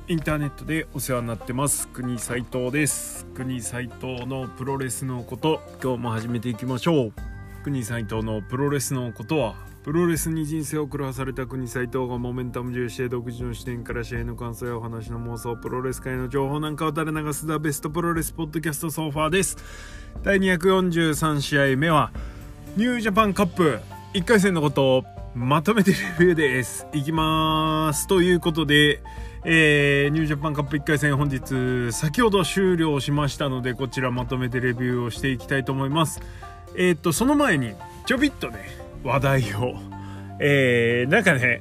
インターネットでお世話になってます国斉藤です。国斉藤のプロレスのこと、今日も始めていきましょう。国斉藤のプロレスのことは、プロレスに人生を狂わされた国斉藤がモメンタム重視して独自の視点から試合の感想やお話の妄想、プロレス界の情報なんかを垂れ流すザベストプロレスポッドキャストソファーです。第243試合目はニュージャパンカップ1回戦のことをまとめてレビューです。いきますということで、ニュージャパンカップ1回戦本日先ほど終了しましたので、こちらまとめてレビューをしていきたいと思います。その前にちょびっとね話題を、なんかね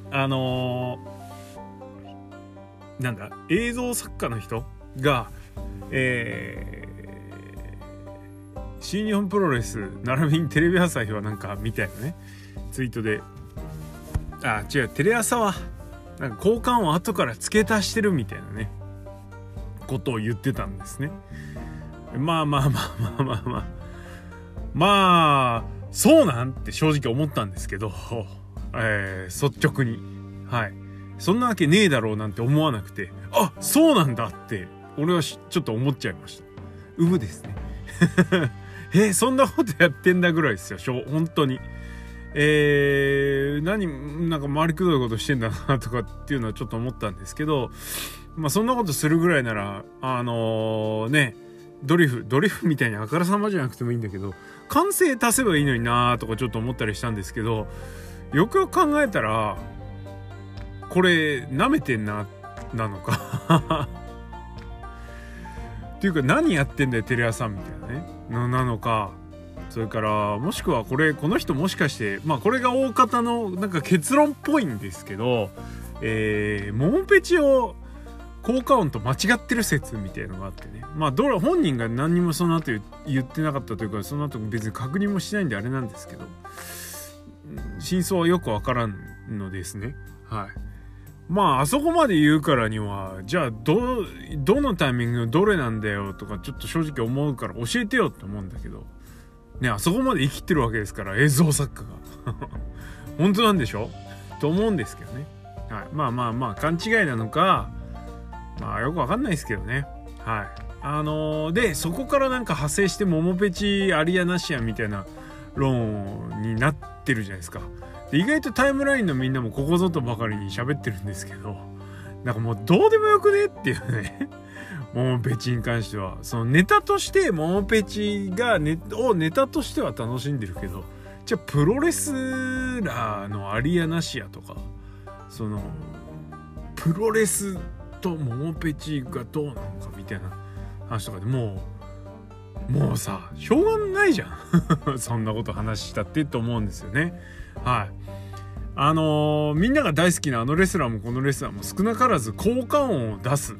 映像作家の人が、新日本プロレス並びにテレビ朝日はなんかみたいなねツイートで、テレ朝はなんか交換を後から付け足してるみたいなねことを言ってたんですね。まあそうなんって正直思ったんですけど、率直にそんなわけねえだろうなんて思わなくて、そうなんだって俺はちょっと思っちゃいました。うぶですねそんなことやってんだぐらいですよ本当に。なんか回りくどいことしてんだなとかっていうのはちょっと思ったんですけど、そんなことするぐらいならドリフみたいにあからさまじゃなくてもいいんだけど、完成足せばいいのになとかちょっと思ったりしたんですけど、よくよく考えたらこれ舐めてんなのかっていうか、何やってんだよテレ朝みたいなねなのか、それからもしくはこの人もしかしてこれが大方のなんか結論っぽいんですけど、モモペチを効果音と間違ってる説みたいのがあってね、本人が何にもその後言ってなかったというか、その後別に確認もしないんであれなんですけど、真相はよくわからんのですね。あそこまで言うからには、じゃあどのタイミングのどれなんだよとかちょっと正直思うから教えてよって思うんだけどね、あそこまで生きてるわけですから、映像作家が本当なんでしょと思うんですけどね。勘違いなのかよくわかんないですけどね。でそこからなんか派生してモモペチありやなしやみたいな論になってるじゃないですか。で意外とタイムラインのみんなもここぞとばかりに喋ってるんですけど、なんかもうどうでもよくねっていうねモモペチに関しては、そのネタとしてモモペチがネタとしては楽しんでるけど、じゃあプロレスラーのアリアナシアとか、そのプロレスとモモペチがどうなのかみたいな話とかでもうさしょうがないじゃんそんなこと話したってと思うんですよね。みんなが大好きなあのレスラーもこのレスラーも少なからず効果音を出す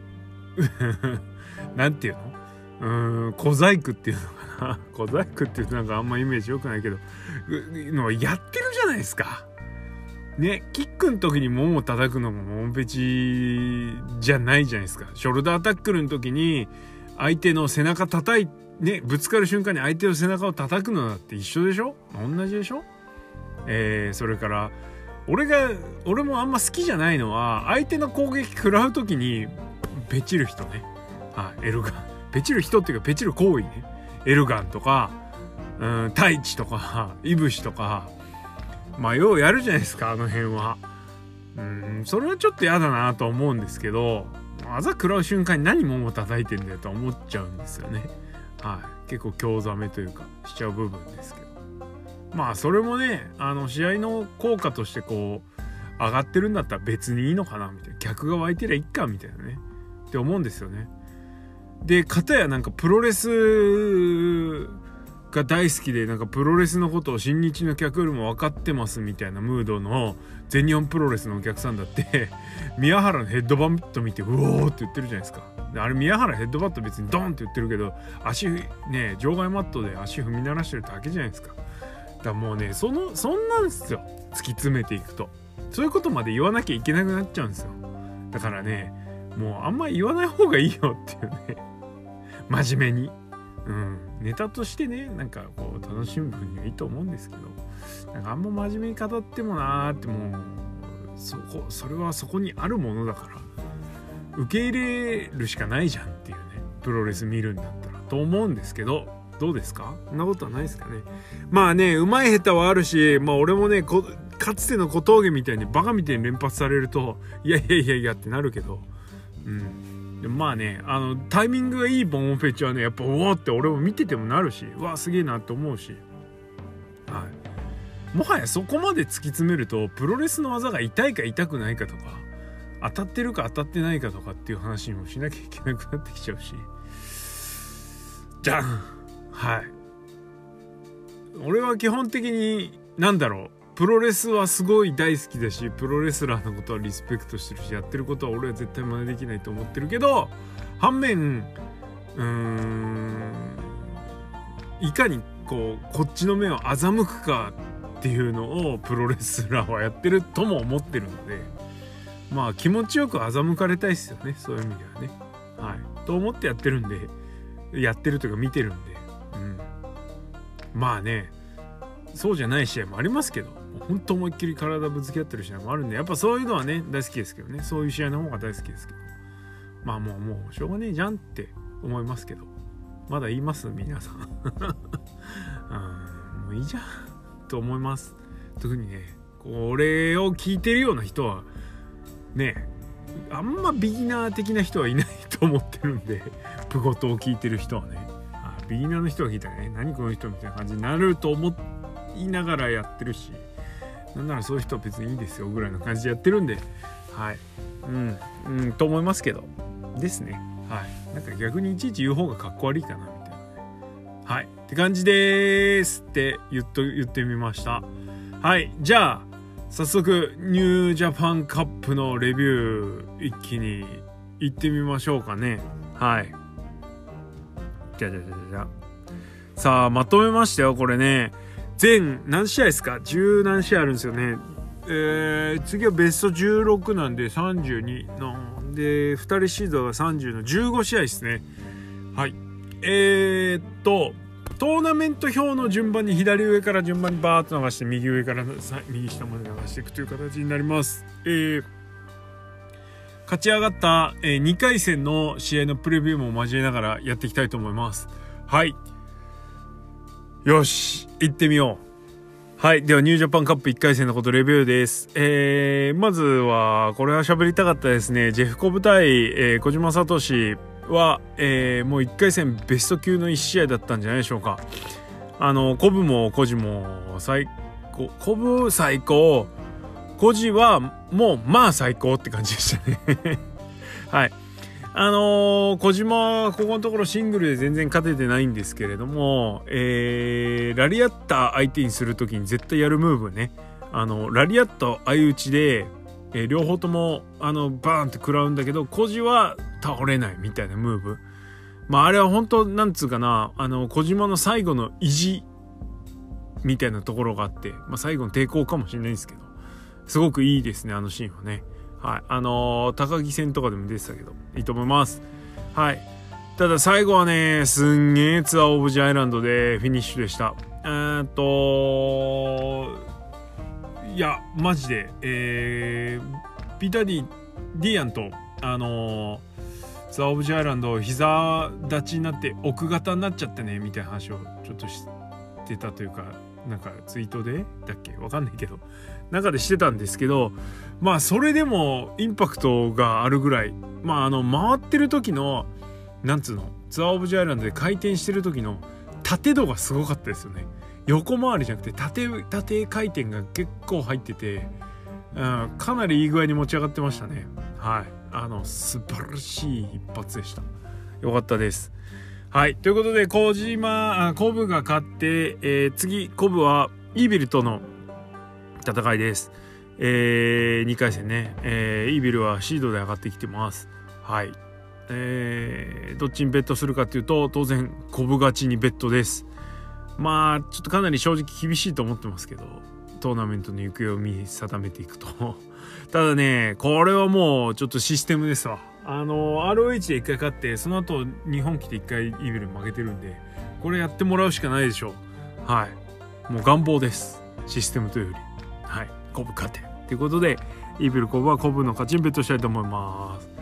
なんていうの、小細工っていうのかな小細工っていうとなんかあんまイメージ良くないけどのやってるじゃないですかね。キックの時にもも叩くのもモモペチじゃないじゃないですか。ショルダータックルの時に相手の背中叩いね、ぶつかる瞬間に相手の背中を叩くのだって一緒でしょ、同じでしょ。それから俺もあんま好きじゃないのは、相手の攻撃食らう時にペチる人ね。エルガンペチる人っていうかペチる行為ね。エルガンとか太一とかイブシとかようやるじゃないですか、あの辺は。それはちょっと嫌だなと思うんですけど、あざ食らう瞬間に何も叩いてんだよと思っちゃうんですよね。結構興ざめというかしちゃう部分ですけど、それもね試合の効果としてこう上がってるんだったら別にいいのかなみたいな、客が湧いてりゃいっかみたいなねって思うんですよね。で片やなんかプロレスが大好きで、なんかプロレスのことを新日の客よりも分かってますみたいなムードの全日本プロレスのお客さんだって宮原のヘッドバット見てうおーって言ってるじゃないですか。あれ宮原ヘッドバット別にドンって言ってるけど、足ね場外マットで足踏み鳴らしてるだけじゃないですか。だからもうねそんなんですよ、突き詰めていくとそういうことまで言わなきゃいけなくなっちゃうんですよ。だからねもうあんま言わない方がいいよっていうね真面目にネタとしてねなんかこう楽しむ分にはいいと思うんですけど、なんかあんま真面目に語ってもなーって、もうそれはそこにあるものだから受け入れるしかないじゃんっていうね、プロレス見るんだったらと思うんですけど、どうですか？そんなことはないですかね。まあね、うまい下手はあるし、まあ俺もね、かつての小峠みたいにバカみたいに連発されると、いやってなるけど、でもまあね、タイミングがいいボンオフェチはね、やっぱおおって俺も見ててもなるし、うわすげえなって思うし、はい。もはやそこまで突き詰めると、プロレスの技が痛いか痛くないかとか、当たってるか当たってないかとかっていう話もしなきゃいけなくなってきちゃうし、じゃん。はい。俺は基本的にプロレスはすごい大好きだし、プロレスラーのことはリスペクトしてるし、やってることは俺は絶対真似できないと思ってるけど、反面いかにこっちの目を欺くかっていうのをプロレスラーはやってるとも思ってるので、まあ気持ちよく欺かれたいですよね、そういう意味ではね。はい。と思ってやってるんで、やってるというか見てるんで、まあね、そうじゃない試合もありますけど、本当思いっきり体ぶつけ合ってる試合もあるんで、やっぱそういうのはね大好きですけどね、そういう試合の方が大好きですけど、まあもうしょうがねえじゃんって思いますけど、まだ言います皆さんもういいじゃんと思います。特にね、これを聞いてるような人はね、あんまビギナー的な人はいないと思ってるんで、プゴトを聞いてる人はね、ビギナーの人が聞いたらね、何この人みたいな感じになると思いながらやってるし、なんならそういう人は別にいいですよぐらいの感じでやってるんで、はい、と思いますけどですね。はい、なんか逆にいちいち言う方がかっこ悪いかなみたいなね、はいって感じですって言ってみました。はい、じゃあ早速ニュージャパンカップのレビュー一気に行ってみましょうかね。はい、じゃあさあまとめましたよ。これね、全何試合ですか？10何試合あるんですよね。次はベスト16なんで32なんで、2人シードが30の15試合ですね。はい。トーナメント表の順番に左上から順番にバーッと流して、右上から右下まで流していくという形になります。勝ち上がった、2回戦の試合のプレビューも交えながらやっていきたいと思います。はい。よし、行ってみよう。はい。では、ニュージャパンカップ1回戦のことレビューです。まずは、これは喋りたかったですね。ジェフコブ対、小島聡は、もう1回戦ベスト級の1試合だったんじゃないでしょうか。コブもコジも最高。コブ最高。コジはもうまあ最高って感じでしたね。はい。小島はここのところシングルで全然勝ててないんですけれども、ラリアッタ相手にするときに絶対やるムーブね、ラリアッタ相打ちで、両方ともバーンって食らうんだけど、小島は倒れないみたいなムーブ、まああれは本当なんつうかな、小島の最後の意地みたいなところがあって、まあ最後の抵抗かもしれないんですけど、すごくいいですね、あのシーンはね。はい、高木戦とかでも出てたけどいいと思います。はい。ただ最後はね、すんげえツアーオブジアイランドでフィニッシュでした。いやマジで、ピーター・ディアンとツアーオブジアイランド膝立ちになって奥型になっちゃってねみたいな話をちょっとしてたというか、なんかツイートでだっけわかんないけど中でしてたんですけど、まあそれでもインパクトがあるぐらい、まあ回ってる時のなんつうの、ツアーオブジアイランドで回転してる時の縦度がすごかったですよね。横回りじゃなくて縦回転が結構入ってて、かなりいい具合に持ち上がってましたね。はい、素晴らしい一発でした。よかったです。はい、ということでコブが勝って、次コブはイービルとの戦いです。2回戦ね、イービルはシードで上がってきてます。はい、どっちにベットするかというと当然コブ勝ちにベットです。まあちょっとかなり正直厳しいと思ってますけど、トーナメントの行方を見定めていくとただね、これはもうちょっとシステムですわ。ROH で1回勝ってその後日本来て1回イービル負けてるんで、これやってもらうしかないでしょう。はい、もう願望です、システムというより。はい、コブ勝てということでイービルコブはコブの勝ちにベットしたいと思います。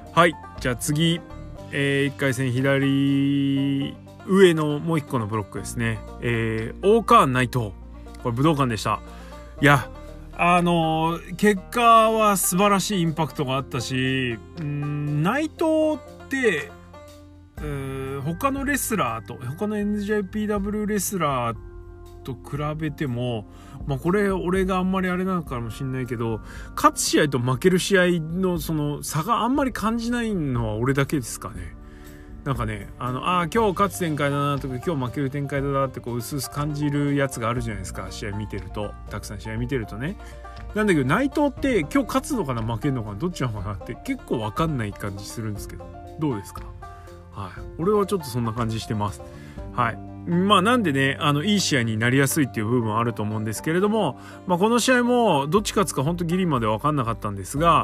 はい、じゃあ次、1回戦左上のもう1個のブロックですね。オーカーン内藤、これ武道館でした。いや結果は素晴らしいインパクトがあったし、内藤って他のレスラーと他の NJPW レスラーと比べても、これ俺があんまりあれなのかもしれないけど、勝つ試合と負ける試合のその差があんまり感じないのは俺だけですかね。なんかね、今日勝つ展開だなとか今日負ける展開だなってこう薄々感じるやつがあるじゃないですか、試合見てると。たくさん試合見てるとね。なんだけど内藤って今日勝つのかな負けるのかなどっちなのかなって結構分かんない感じするんですけど、どうですか？はい、俺はちょっとそんな感じしてます。はい。なんでね、いい試合になりやすいっていう部分はあると思うんですけれども、この試合もどっち勝つか本当ギリまで分かんなかったんですが、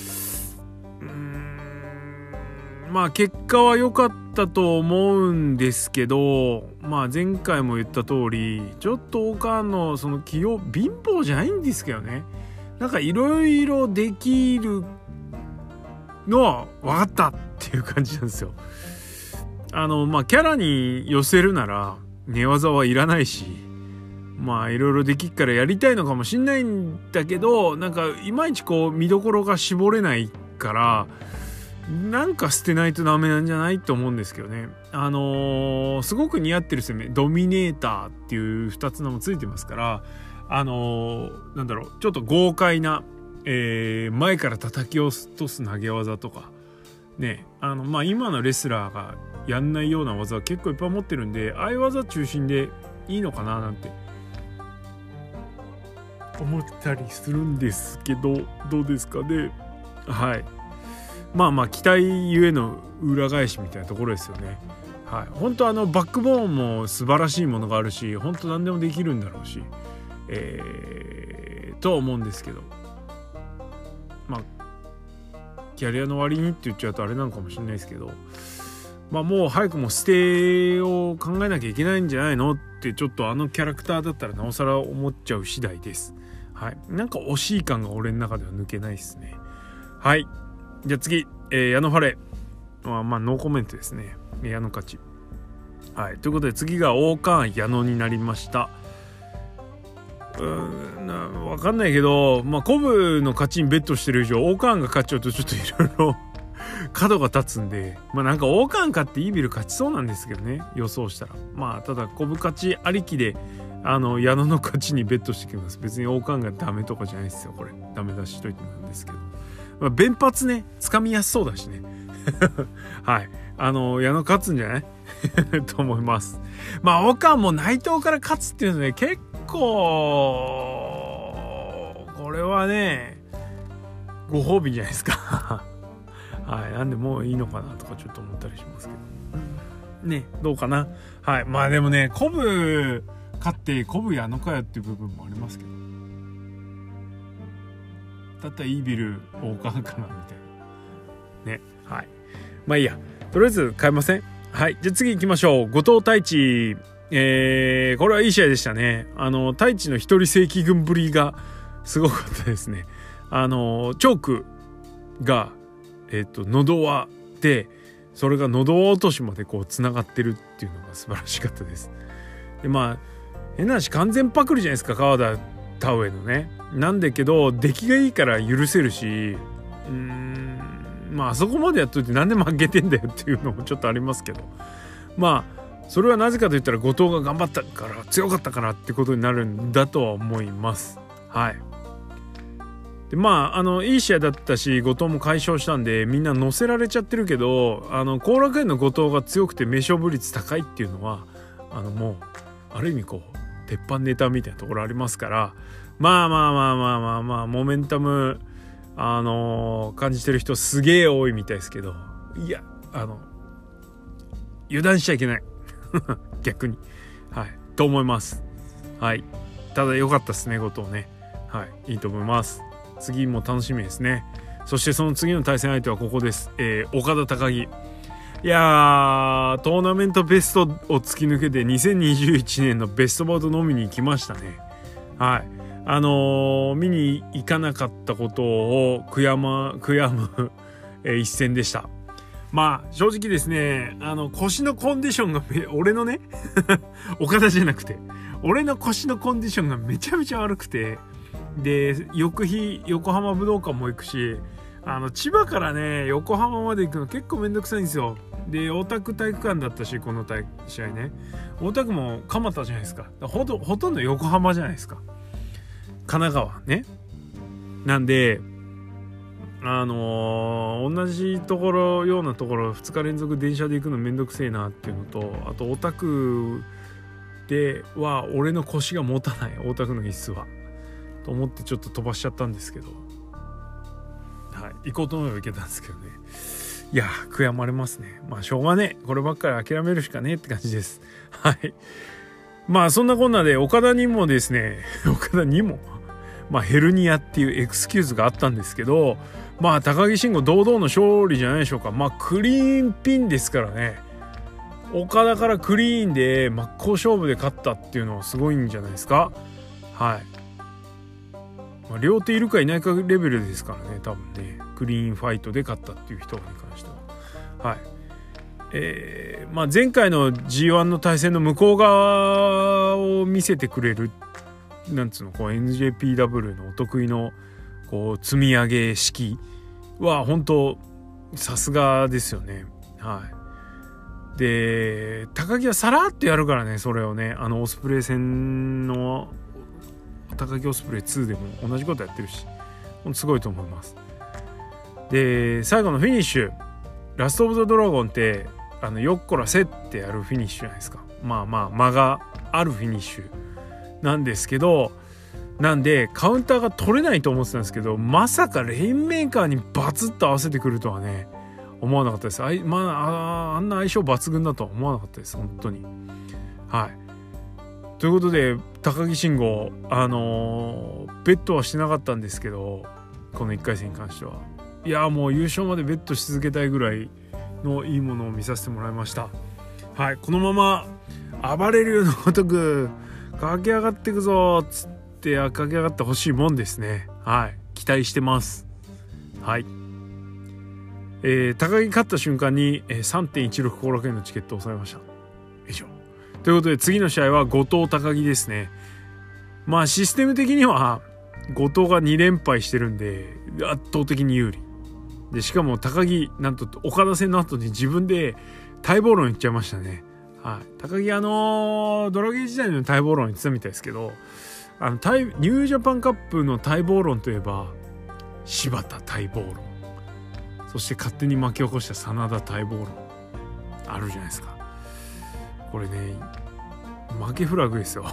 結果は良かったと思うんですけど、前回も言った通り、ちょっとオカンのその起用貧乏じゃないんですけどね、なんかいろいろできるのは分かったっていう感じなんですよ。キャラに寄せるなら寝技はいらないし、いろいろできっからやりたいのかもしんないんだけど、なんかいまいちこう見どころが絞れないから、なんか捨てないとダメなんじゃないと思うんですけどね。すごく似合ってる攻め、ドミネーターっていう2つのもついてますから、ちょっと豪快な、前から叩き落とす投げ技とかね、今のレスラーがやんないような技は結構いっぱい持ってるんで、ああいう技中心でいいのかななんて思ったりするんですけど、どうですかね。はい。期待ゆえの裏返しみたいなところですよね。はい。本当バックボーンも素晴らしいものがあるし、本当何でもできるんだろうし、とは思うんですけど、キャリアの割にって言っちゃうとあれなのかもしれないですけど、もう早くも捨てを考えなきゃいけないんじゃないのってちょっとキャラクターだったらなおさら思っちゃう次第です。はい。なんか惜しい感が俺の中では抜けないですね。はい。じゃあ次、矢野ファレはノーコメントですね。矢野勝ち。はい。ということで次がオーカーン矢野になりました。わかんないけど、コブの勝ちにベットしてる以上オーカーンが勝っちゃうとちょっといろいろ角が立つんで、なんかオーカーン勝ってイービル勝ちそうなんですけどね、予想したら。ただコブ勝ちありきで矢野の勝ちにベットしてきます。別にオーカーンがダメとかじゃないですよ、これダメ出しといてなんですけど、弁髪ね掴みやすそうだしねはい矢野勝つんじゃないと思います。オーカーンも内藤から勝つっていうのね、結構これはねご褒美じゃないですかはい。なんでもういいのかなとかちょっと思ったりしますけどね、どうかな。はい。でもね、コブ勝ってコブ矢野かよっていう部分もありますけど、だったらイービルオーカーンかなみたいなね。はい。いいや、とりあえず変えません。はい。じゃあ次行きましょう。後藤太一、これはいい試合でしたね。太一の一人正規軍ぶりがすごかったですね。チョークが喉輪で、それが喉輪落としまでこうつながってるっていうのが素晴らしかったです。で変な話完全パクリじゃないですか、川田田上のね。なんだけど出来がいいから許せるし、あそこまでやっといてなんで負けてんだよっていうのもちょっとありますけど、それはなぜかといったら後藤が頑張ったから強かったからってことになるんだとは思います。はい。でいい試合だったし後藤も快勝したんでみんな乗せられちゃってるけど、後楽園の後藤が強くて名勝負率高いっていうのはもうある意味こう鉄板ネタみたいなところありますから、モメンタム感じてる人すげえ多いみたいですけど、いや油断しちゃいけない逆に、はいと思います。はい。ただ良かったですね、後藤ね。はい、いいと思います。次も楽しみですね。そしてその次の対戦相手はここです。岡田高木。いやー、トーナメントベストを突き抜けて2021年のベストバウト飲みに行きましたね。はい。見に行かなかったことを悔やむ、 一戦でした。まあ正直ですね、腰のコンディションが俺のね岡田じゃなくて俺の腰のコンディションがめちゃめちゃ悪くて、で翌日横浜武道館も行くし、千葉からね横浜まで行くの結構めんどくさいんですよ。で大田区体育館だったし、この試合ね、大田区も蒲田じゃないですか。ほとんど横浜じゃないですか、神奈川ね。なんで同じところようなところ2日連続電車で行くのめんどくせえなっていうのと、あと大田区では俺の腰が持たない、大田区の椅子はと思ってちょっと飛ばしちゃったんですけど、はい、行こうと思えば行けたんですけどね。いや悔やまれますね。まあしょうがねえ、こればっかり諦めるしかねえって感じです。はい。まあそんなこんなで岡田にもですねまあヘルニアっていうエクスキューズがあったんですけど、まあ高木慎吾堂々の勝利じゃないでしょうか。まあクリーンピンですからね、岡田からクリーンで真っ向勝負で勝ったっていうのはすごいんじゃないですか。はい。まあ、両手いるかいないかレベルですからね、多分ね、クリーンファイトで勝ったっていう人に関しては。はい。まあ、前回の G1 の対戦の向こう側を見せてくれる、なんつうの、こう NJPW のお得意のこう積み上げ式は本当さすがですよね。はい。で高木はさらっとやるからね、それをね、オスプレイ戦の高木オスプレイ2でも同じことやってるし、すごいと思います。で最後のフィニッシュ、ラストオブザドラゴンってよっこらせってやるフィニッシュじゃないですか。まあまあ間があるフィニッシュなんですけど、なんでカウンターが取れないと思ってたんですけど、まさかレインメーカーにバツッと合わせてくるとはね思わなかったです。あんな相性抜群だとは思わなかったです、本当に。はい。ということで高木慎吾ベットはしてなかったんですけど、この1回戦に関してはいやもう優勝までベットし続けたいぐらいのいいものを見させてもらいました。はい。このまま暴れるのごとく駆け上がっていくぞっつって駆け上がってほしいもんですね。はい。期待してます。はい。高木勝った瞬間に 3.16 後楽園のチケットを押さえました。以上。ということで次の試合は後藤高木ですね。まあシステム的には後藤が2連敗してるんで圧倒的に有利で、しかも高木なんと岡田戦の後に自分で待望論言っちゃいましたね。はい。高木ドラゲー時代の待望論言ってたみたいですけど、ニュージャパンカップの待望論といえば柴田待望論、そして勝手に巻き起こした真田待望論あるじゃないですか。これね負けフラグですよ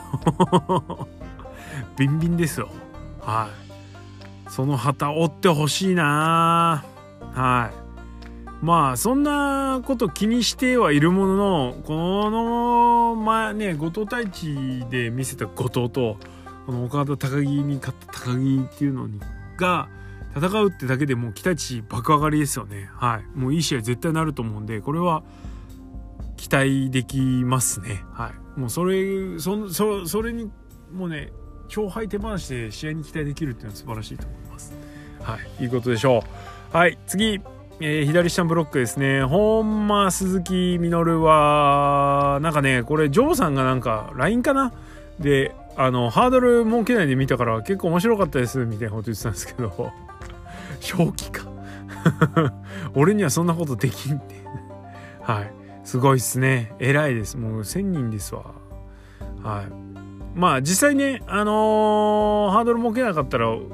ビンビンですよ。はい。その旗折ってほしいな。はい。まあそんなこと気にしてはいるものの、この前ね後藤太一で見せた後藤とこの岡田高木に勝った高木っていうのが戦うってだけでもう期待値爆上がりですよね。はい。もういい試合絶対なると思うんで、これは期待できますね。はい。もうそれにもうね勝敗手放して試合に期待できるっていうのは素晴らしいと思います。はい。いいことでしょう。はい。次、左下のブロックですね。本間鈴木みのるはなんかねこれジョーさんがなんか LINE かなでハードル設けないで見たから結構面白かったですみたいなこと言ってたんですけど正気か俺にはそんなことできんってはい。すごいっすね。偉いです。もう1000人ですわ。はい。まあ実際ねハードル設けなか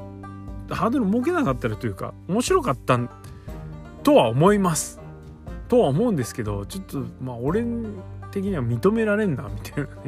ったらというか面白かったとは思いますとは思うんですけど、ちょっとまあ俺的には認められんなみたいなね。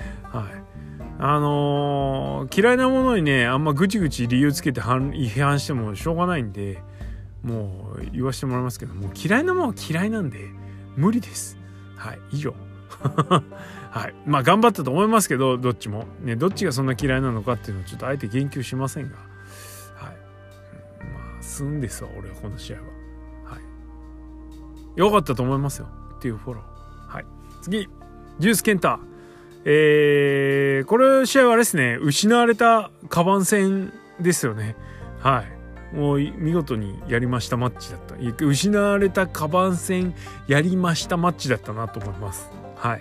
はい。嫌いなものにねあんまぐちぐち理由つけて批判してもしょうがないんで、もう言わせてもらいますけど、もう嫌いなものは嫌いなんで無理です。はい。以上はい。まあ頑張ったと思いますけど、どっちもね、どっちがそんな嫌いなのかっていうのをちょっとあえて言及しませんが、はい。まあすんですわ俺はこの試合は。はい。良かったと思いますよっていうフォロー。はい。次、ジュースケンタ。これ試合はあれですね、失われたカバン戦ですよね。はい。 もう見事にやりましたマッチだった。失われたカバン戦やりましたマッチだったなと思います。はい。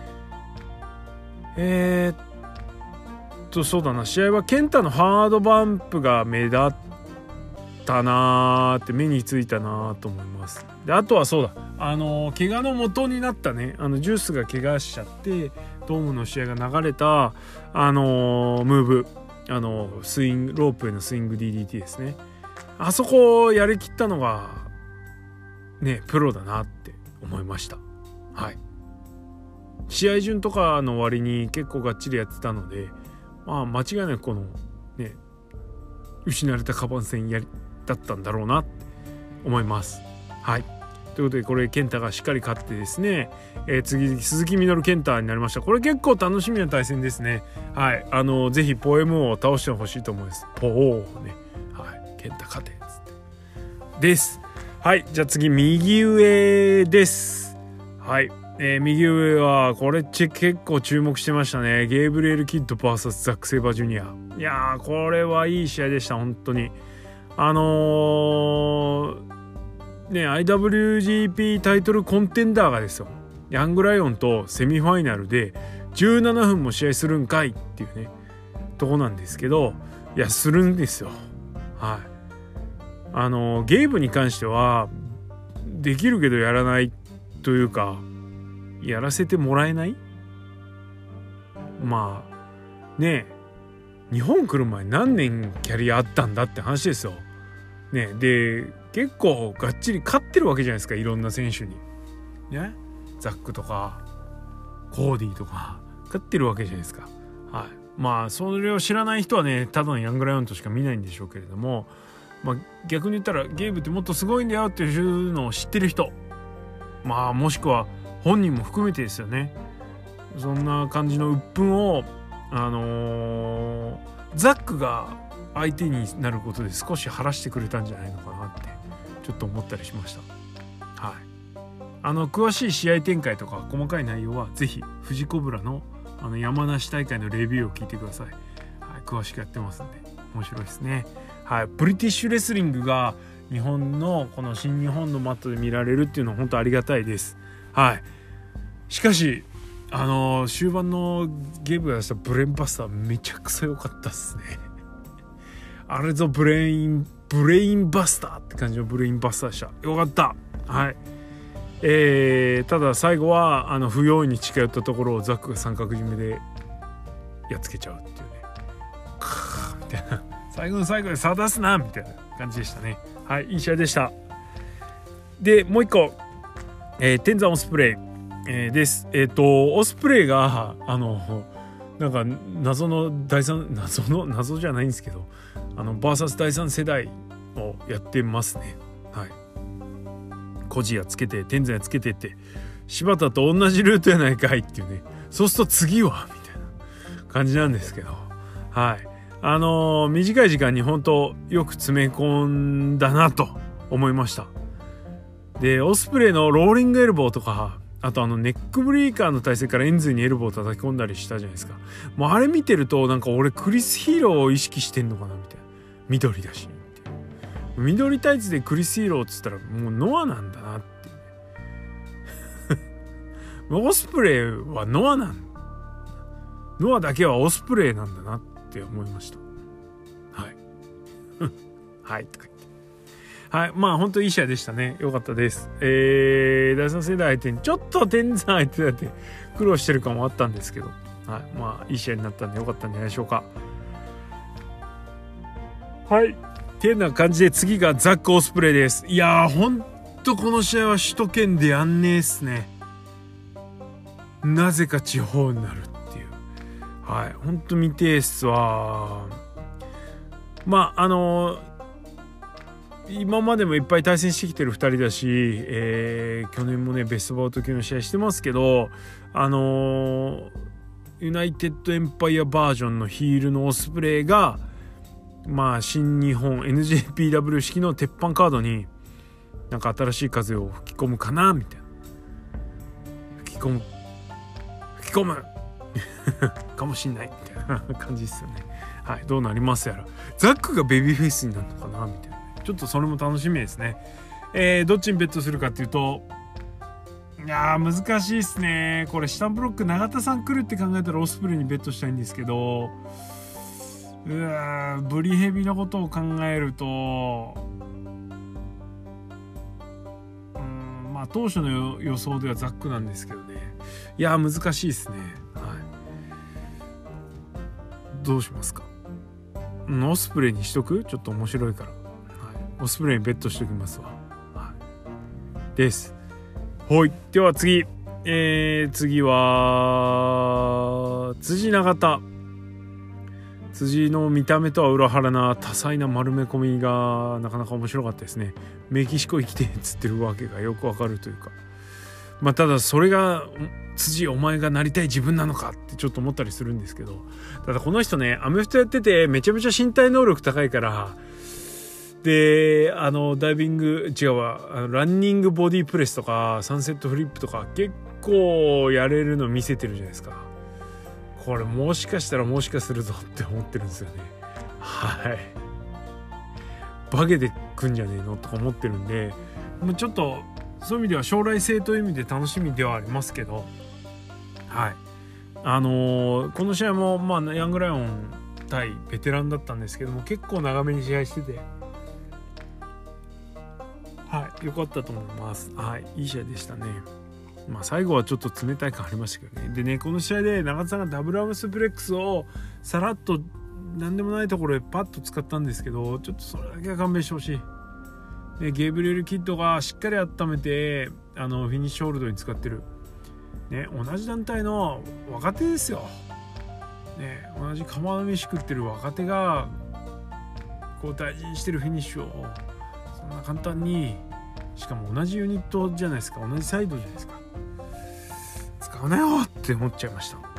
そうだな、試合はケンタのハードバンプが目立ったなーって目についたなと思います。であとはそうだ、怪我の元になったね、ジュースが怪我しちゃってドームの試合が流れたムーブ、スイングロープへのスイング DDT ですね。あそこをやりきったのがねプロだなって思いました。はい。試合順とかの割に結構がっちりやってたので、まあ間違いなくこのね失われたカバン戦だったんだろうなって思います。はい。ということでこれケンタがしっかり勝ってですね、次鈴木みのるケンタになりました。これ結構楽しみな対戦ですね。はい。ぜひポエムを倒してほしいと思います。ポーね。はい。ケンタ勝てっつってです。はい。じゃあ次右上です。はい。右上はこれ結構注目してましたね。ゲイブリエル・キッド vs ザック・セイバージュニア。いやーこれはいい試合でした本当に。IWGP タイトルコンテンダーがですよ、ヤングライオンとセミファイナルで17分も試合するんかいっていうねとこなんですけど、いやするんですよ。はい。ゲイブに関してはできるけどやらないというか、やらせてもらえない。まあねえ、日本来る前何年キャリアあったんだって話ですよ。ね、で結構がっちり勝ってるわけじゃないですか、いろんな選手にね。ザックとかコーディとか勝ってるわけじゃないですか。はい。まあそれを知らない人はねただのヤングライオンとしか見ないんでしょうけれども、まあ、逆に言ったらゲームってもっとすごいんだよっていうのを知ってる人、まあもしくは本人も含めてですよね。そんな感じの鬱憤をザックが相手になることで少し晴らしてくれたんじゃないのかなってちょっと思ったりしました。はい。詳しい試合展開とか細かい内容はぜひフジコブラの山梨大会のレビューを聞いてください。はい、詳しくやってますんで面白いですね。はい。ブリティッシュレスリングが日本のこの新日本のマットで見られるっていうのは本当ありがたいです。はい。しかし終盤のゲームが出したブレインバスターめちゃくちゃ良かったっすね。あれぞブレインバスターって感じのブレインバスターでした。よかった。はい。ただ最後は不用意に近寄ったところをザックが三角締めでやっつけちゃうっていうね。みたいな。最後の最後で差出すなみたいな感じでしたね。はい、いい試合でした。でもう一個、天山オスプレイ、です。オスプレイがなんか謎じゃないんですけど、バーサス第3世代をやってますね。はい。コジヤつけて天山つけてって柴田と同じルートやないかいっていうね。そうすると次はみたいな感じなんですけど、はい。短い時間に本当よく詰め込んだなと思いました。でオスプレイのローリングエルボーとか、あとネックブレーカーの体勢からエンズにエルボー叩き込んだりしたじゃないですか。もうあれ見てるとなんか俺クリス・ヒーローを意識してんのかなみたいな。緑だしっていう、緑タイツでクリス・ヒーローっつったらもうノアなんだなっていうねオスプレイはノアだけはオスプレイなんだなって思いました。はいはいとか言って、はい、まあ本当いい試合でしたね。よかったです。第3世代相手にちょっと天山相手だって苦労してる感もあったんですけど、はい、まあいい試合になったんでよかったんじゃないでしょうか。はい、ってな感じで次がザック・オスプレイです。いやーほんとこの試合は首都圏でやんねえっすね。なぜか地方になるっていう、はい、ほんと見てえっすわ。まあ今までもいっぱい対戦してきてる2人だし、去年もねベストバウト級の試合してますけど、ユナイテッドエンパイアバージョンのヒールのオスプレイがまあ新日本 NJPW 式の鉄板カードになんか新しい風を吹き込むかなみたいな、吹き込むかもしんないみたいな感じですよね。はい、どうなりますやら。ザックがベビーフェイスになるのかなみたいなちょっとそれも楽しみですね。どっちにベットするかっていうと、いやー難しいですね。これ下ブロック永田さん来るって考えたらオスプレイにベットしたいんですけど、ブリヘビのことを考えると、まあ当初の予想ではザックなんですけどね。いやー難しいですね。はい。どうしますか。オスプレイにしとく？ちょっと面白いから、はい、オスプレイにベットしときますわ、はい、です。はい。では次、次は辻永田。辻の見た目とは裏腹な多彩な丸め込みがなかなか面白かったですね。メキシコ行きてっつってるわけがよくわかるというか、まあただそれが辻お前がなりたい自分なのかってちょっと思ったりするんですけど、ただこの人ねアメフトやっててめちゃめちゃ身体能力高いから、でダイビング違うわランニングボディプレスとかサンセットフリップとか結構やれるの見せてるじゃないですか。これもしかしたらもしかするぞって思ってるんですよね。はい。バゲてくんじゃねえのとか思ってるんで、もうちょっとそういう意味では将来性という意味で楽しみではありますけど、はい。この試合もまあヤングライオン対ベテランだったんですけども、結構長めに試合してて、はい良かったと思います。はいいい試合でしたね。まあ最後はちょっと冷たい感ありましたけどね。でね、この試合で長田さんがダブルアームスプレックスをさらっと何でもないところでパッと使ったんですけど、ちょっとそれだけは勘弁してほしい。でゲイブリエル・キッドがしっかり温めてフィニッシュホールドに使ってる、ね、同じ団体の若手ですよ、ね、同じ釜の飯食ってる若手がこう大事にしてるフィニッシュをそんな簡単に、しかも同じユニットじゃないですか、同じサイドじゃないですか、使うなよって思っちゃいました。はい。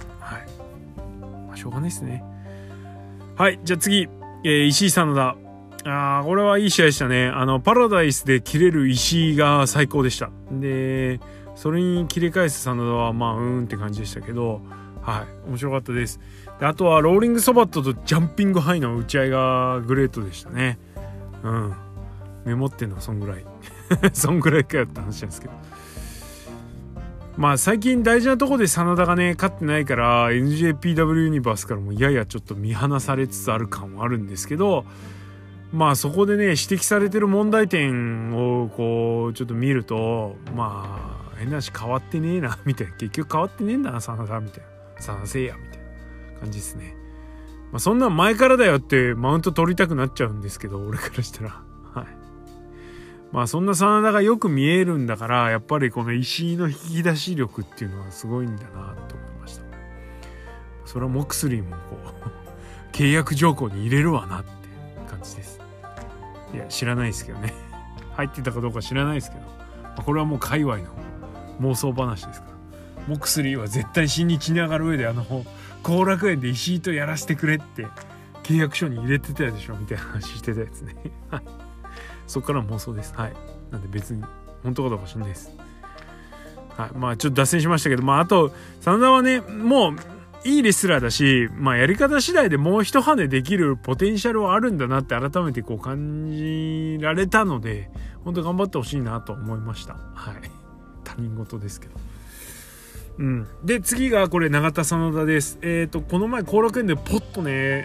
まあしょうがないですね。はい。じゃあ次、石井真田。これはいい試合でしたね。パラダイスで切れる石井が最高でした。で、それに切れ返す真田はまあって感じでしたけど、はい。面白かったです。で、あとはローリングソバットとジャンピングハイの打ち合いがグレートでしたね。うん。メモってんのはそんぐらい。そんぐらいかよって話なんですけど。まあ最近大事なところで真田がね勝ってないから NJPW ユニバースからもややちょっと見放されつつある感はあるんですけど、まあそこでね指摘されてる問題点をこうちょっと見ると、まあ変な話変わってねえなみたいな、結局変わってねえんだな真田みたいな、真田せいやみたいな感じですね。まあそんなん前からだよってマウント取りたくなっちゃうんですけど、俺からしたらはい。まあそんな真田がよく見えるんだから、やっぱりこの石井の引き出し力っていうのはすごいんだなと思いました。それはモクスリーもこう契約条項に入れるわなって感じです。いや知らないですけどね、入ってたかどうか知らないですけど、これはもう界隈の妄想話ですから、モクスリーは絶対新日に上がる上で後楽園で石井とやらせてくれって契約書に入れてたでしょみたいな話してたやつねそっから妄想です。はい。なんで別に本当かどうか知んないです。はい。まあちょっと脱線しましたけど、まああと真田はねもういいレスラーだし、まあやり方次第でもう一跳ねできるポテンシャルはあるんだなって改めてこう感じられたので、本当頑張ってほしいなと思いました。はい。他人事ですけど。うん。で次がこれ永田真田です。この前後楽園でポッとね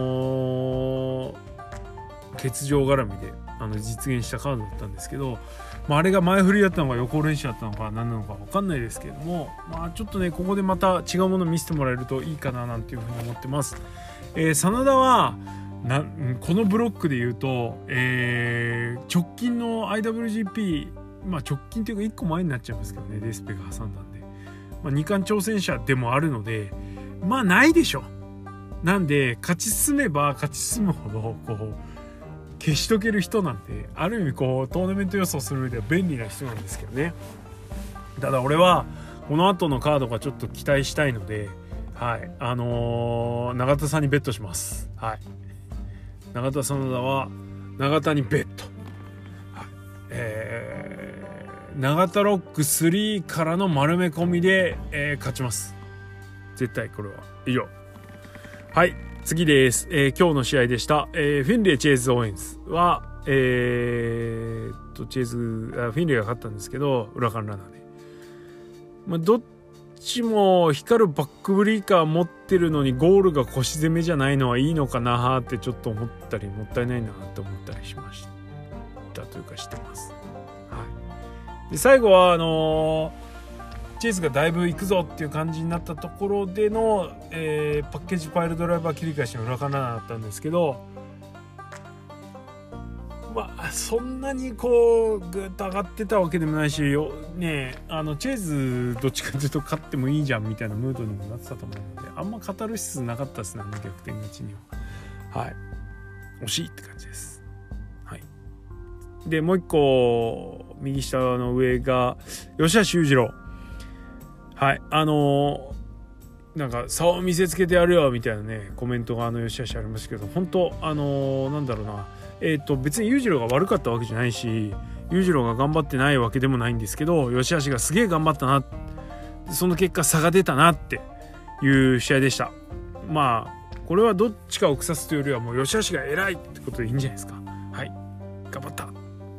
欠場絡みで実現したカードだったんですけど、まあ、あれが前振りだったのか予行練習だったのか何なのか分かんないですけれども、まあちょっとねここでまた違うものを見せてもらえるといいかななんていうふうに思ってます。真田はこのブロックで言うと、直近の IWGP、まあ直近というか1個前になっちゃいますけどね、デスペが挟んだんで、まあ、2冠挑戦者でもあるのでまあないでしょ。なんで勝ち進めば勝ち進むほどこう消し解ける人なんてある意味こうトーナメント予想する上では便利な人なんですけどね。ただ俺はこの後のカードがちょっと期待したいので、はい永田さんにベットします。はい。永田真田は永田にベット。はい、永田ロック3からの丸め込みで、勝ちます。絶対これは以上。はい。次です、今日の試合でした、フィンレイ・チェイズ・オーエンズは、 チェイスフィンレイが勝ったんですけど、裏間ラナーで、どっちも光るバックブリーカー持ってるのにゴールが腰攻めじゃないのはいいのかなってちょっと思ったり、もったいないなって思ったりしましたというかしてます。はい、で最後はチェイスがだいぶ行くぞっていう感じになったところでの、パッケージパイルドライバー切り返しの裏間ラナーだったんですけど、そんなにこうグッと上がってたわけでもないしね、チェイズどっちかというと勝ってもいいじゃんみたいなムードにもなってたと思うので、あんまカタルシスなかったですね、逆転勝ちには。はい、惜しいって感じです。はい、でもう一個右下の上が吉橋裕次郎。はい、なんか差を見せつけてやるよみたいなねコメントが吉橋ありますけど、本当なんだろうな、別に裕次郎が悪かったわけじゃないし、裕次郎が頑張ってないわけでもないんですけど、吉橋がすげえ頑張ったな、その結果差が出たなっていう試合でした。これはどっちかを腐すというよりはもう吉橋が偉いってことでいいんじゃないですか。はい、頑張った。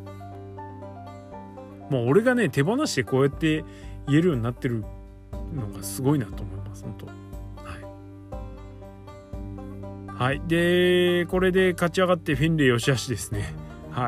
もう俺がね手放してこうやって言えるようになってるのがすごいなと思います、本当。はい、でこれで勝ち上がってフィンレイ吉橋ですね。はい、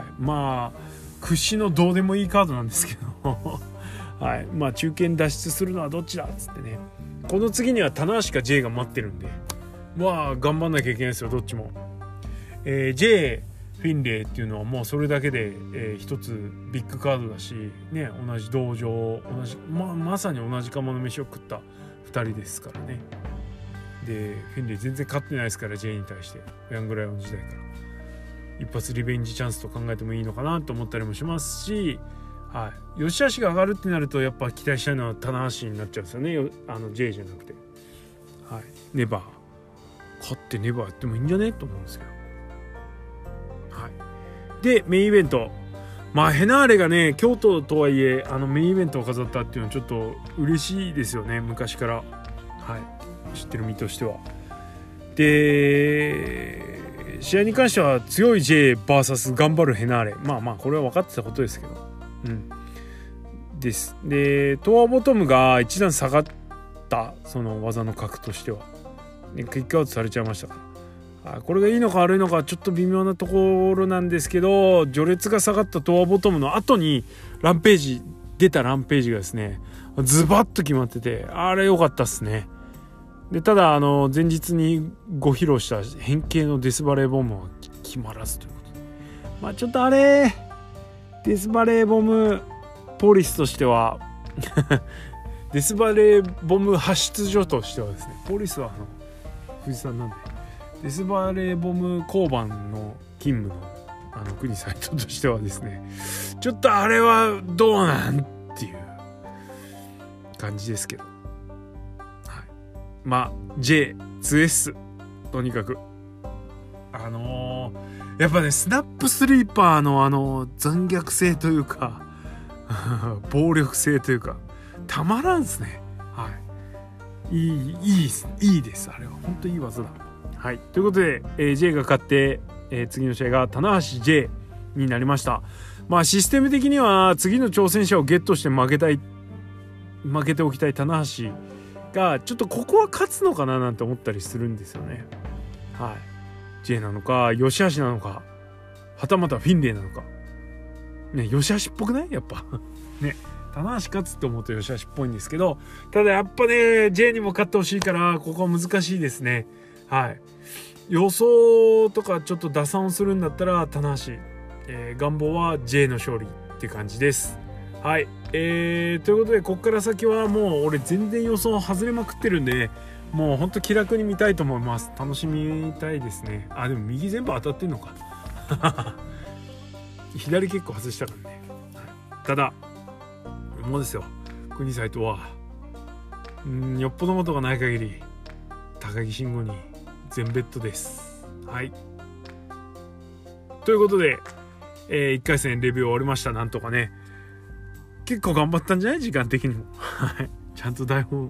屈指のどうでもいいカードなんですけどはい、中堅脱出するのはどっちだっつってね、この次には棚橋か J が待ってるんで、頑張んなきゃいけないですよどっちも。J フィンレイっていうのはもうそれだけで、一つビッグカードだしね、同じ道場まさに同じ釜の飯を食った2人ですからね。でフィンレイ全然勝ってないですから J に対して、ヤングライオン時代から一発リベンジチャンスと考えてもいいのかなと思ったりもしますし、はい、吉橋が上がるってなるとやっぱ期待したいのは棚橋になっちゃうんですよね、J じゃなくて。はい、ネバー勝ってネバーやってもいいんじゃねと思うんですけど。はい、でメインイベント、ヘナーレがね京都とはいえメインイベントを飾ったっていうのはちょっと嬉しいですよね、昔から。はい、知ってる身としては。で試合に関しては強い JVS 頑張るヘナーレ、これは分かってたことですけど、です。でトアボトムが一段下がったその技の格としては、クイックアウトされちゃいましたから、これがいいのか悪いのかちょっと微妙なところなんですけど、序列が下がったトアボトムの後に出たランページがですねズバッと決まってて、あれ良かったっすね。でただ前日にご披露した変形のデスバレーボムは決まらずということで、ちょっとデスバレーボムポリスとしてはデスバレーボム発出所としてはですね、ポリスは富士山なんで、デスバレーボム交番の勤務の国サイトとしてはですね、ちょっとあれはどうなんっていう感じですけど、J2S とにかくやっぱねスナップスリーパーの残虐性というか暴力性というかたまらんですね。はい、いいです。あれは本当にいい技だ。はい、ということで、J が勝って、次の試合が棚橋 J になりました。システム的には次の挑戦者をゲットして負けておきたい棚橋がちょっとここは勝つのかななんて思ったりするんですよね。はい、J なのか吉橋なのか、はたまたフィンレイなのかね、吉橋っぽくないやっぱね、棚橋勝つって思うと吉橋っぽいんですけど、ただやっぱね J にも勝ってほしいからここは難しいですね。はい、予想とかちょっと打算をするんだったら棚橋、願望は J の勝利って感じです。はい、ということでここから先はもう俺全然予想外れまくってるんで、もうほんと気楽に見たいと思います。楽しみたいですね。でも右全部当たってんのか左結構外したからね。ただもうですよ、国サイトはよっぽどことがない限り高木慎吾に全ベッドです。はい、ということで、1回戦レビュー終わりました。なんとかね結構頑張ったんじゃない、時間的にもちゃんと台本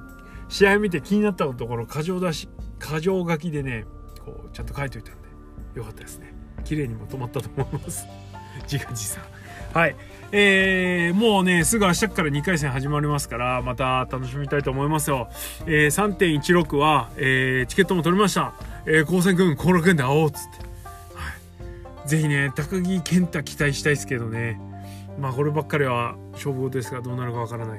試合見て気になったところ箇条書きでねこうちゃんと書いといたんで、 よかったですね。綺麗にまとまったと思います。自画自賛。はい。もうね、すぐ明日から2回戦始まりますから、また楽しみたいと思いますよ。3.16 は、チケットも取りました。高専君、後楽園で会おうっつって。はい。ぜひね、高木健太期待したいですけどね。まあ、こればっかりは勝負ですが、どうなるかわからない。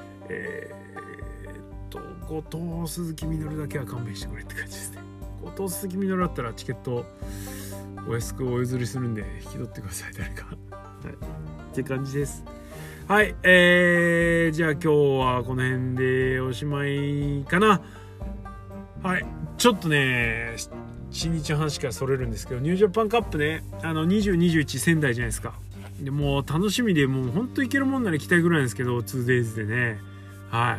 後藤鈴木みのるだけは勘弁してくれって感じですね。後藤鈴木みのるだったらチケットお安くお譲りするんで引き取ってください、誰か。はい、って感じです。はい、じゃあ今日はこの辺でおしまいかな。はい、ちょっとね新日の話からそれるんですけど、ニュージャパンカップね、20、21仙台じゃないですか。でもう楽しみで、もうほんといけるもんなら行きたいぐらいなんですけど、2days でね。はい。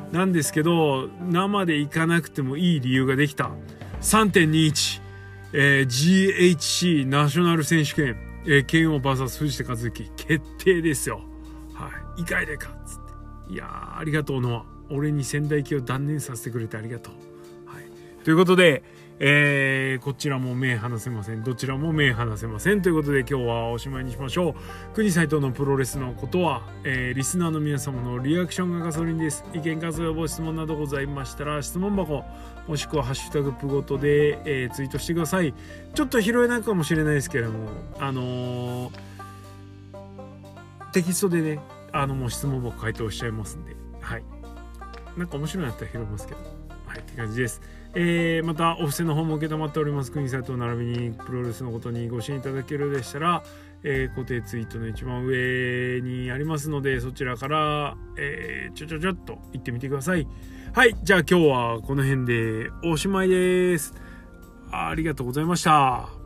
なんですけど、生で行かなくてもいい理由ができた。3.21、GHC ナショナル選手権、剣王 VS 藤田和幸決定ですよ。はい。意外でかっつって。いやー、ありがとうノア。俺に仙台行きを断念させてくれてありがとう。はい。ということで、こちらも目離せません。どちらも目離せません。ということで今日はおしまいにしましょう。国斉藤のプロレスのことは、リスナーの皆様のリアクションがガソリンです。意見感想やご質問などございましたら、質問箱もしくはハッシュタグプごとで、ツイートしてください。ちょっと拾えないかもしれないですけれども、テキストでね、もう質問箱回答しちゃいますんで、はい。なんか面白いなったら拾いますけど、はい、って感じです。またお布施の方も受け止まっております。国斉藤並びにプロレスのことにご支援いただけるでしたら、固定ツイートの一番上にありますので、そちらから、ちょっと行ってみてください。はい、じゃあ今日はこの辺でおしまいです。ありがとうございました。